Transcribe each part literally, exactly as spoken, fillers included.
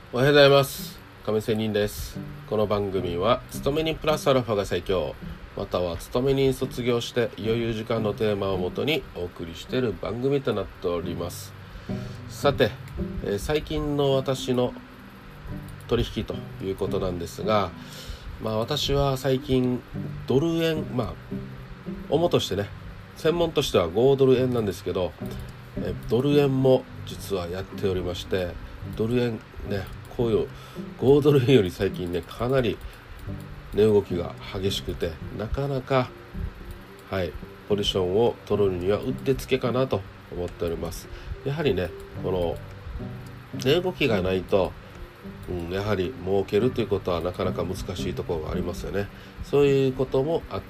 おはようございます。亀仙人です。この番組は勤め人プラスアルファが最強、または勤め人卒業して余裕時間のテーマをもとにお送りしている番組となっております。さて、えー、最近の私の取引ということなんですが、まあ私は最近ドル円、まあ主としてね、専門としてはごドル円なんですけど、えドル円も実はやっておりまして、ドル円ね、こういうごドル円より最近ね、かなり値動きが激しくて、なかなかはいポジションを取るにはうってつけかなと思っております。やはりね、この値動きがないと、うん、やはり儲けるということはなかなか難しいところがありますよね。そういうこともあって、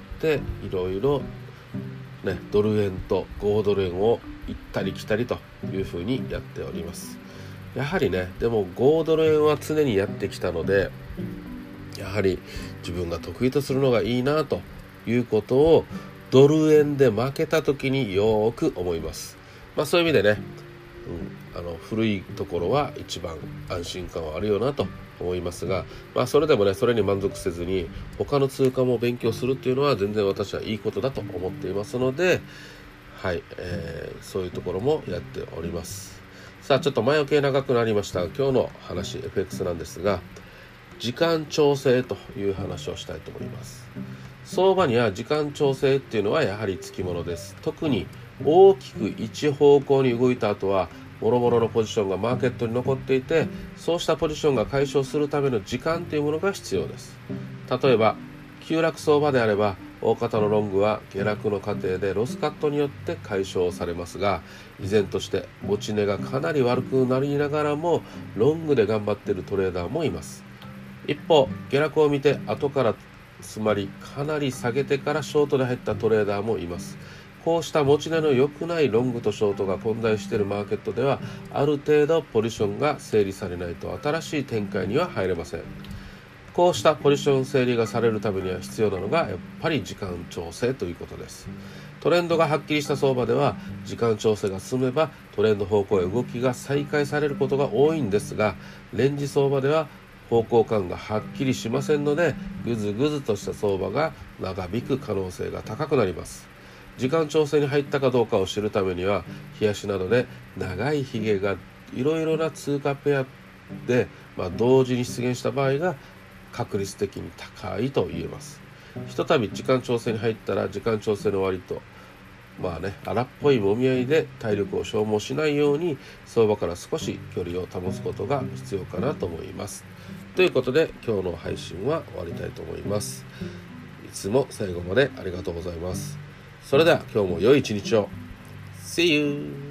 いろいろね、ドル円とごドル円を行ったり来たりというふうにやっております。やはりね、でもごドル円は常にやってきたので、やはり自分が得意とするのがいいなということをドル円で負けた時によく思います。まあそういう意味でね、うん、あの古いところは一番安心感はあるよなと思いますが、まあそれでもね、それに満足せずに他の通貨も勉強するっていうのは全然私はいいことだと思っていますので、はい、えー、そういうところもやっております。さあ、ちょっと前置き長くなりました。今日の話 エフエックス なんですが、時間調整という話をしたいと思います。相場には時間調整っていうのはやはりつきものです。特に大きく一方向に動いた後はもろもろのポジションがマーケットに残っていて、そうしたポジションが解消するための時間というものが必要です。例えば急落相場であれば、大方のロングは下落の過程でロスカットによって解消されますが、依然として持ち値がかなり悪くなりながらもロングで頑張っているトレーダーもいます。一方、下落を見て後からつまりかなり下げてからショートで入ったトレーダーもいます。こうした持ち値の良くないロングとショートが混在しているマーケットでは、ある程度ポジションが整理されないと新しい展開には入れません。こうしたポジション整理がされるためには必要なのがやっぱり時間調整ということです。トレンドがはっきりした相場では時間調整が進めばトレンド方向へ動きが再開されることが多いんですが、レンジ相場では方向感がはっきりしませんので、ぐずぐずとした相場が長引く可能性が高くなります。時間調整に入ったかどうかを知るためには、日足などで長いヒゲがいろいろな通貨ペアで、まあ、同時に出現した場合が確率的に高いと言えます。ひとたび時間調整に入ったら、時間調整の終わりとまあね、荒っぽい揉み合いで体力を消耗しないように相場から少し距離を保つことが必要かなと思います。ということで今日の配信は終わりたいと思います。いつも最後までありがとうございます。それでは今日も良い一日を。See you!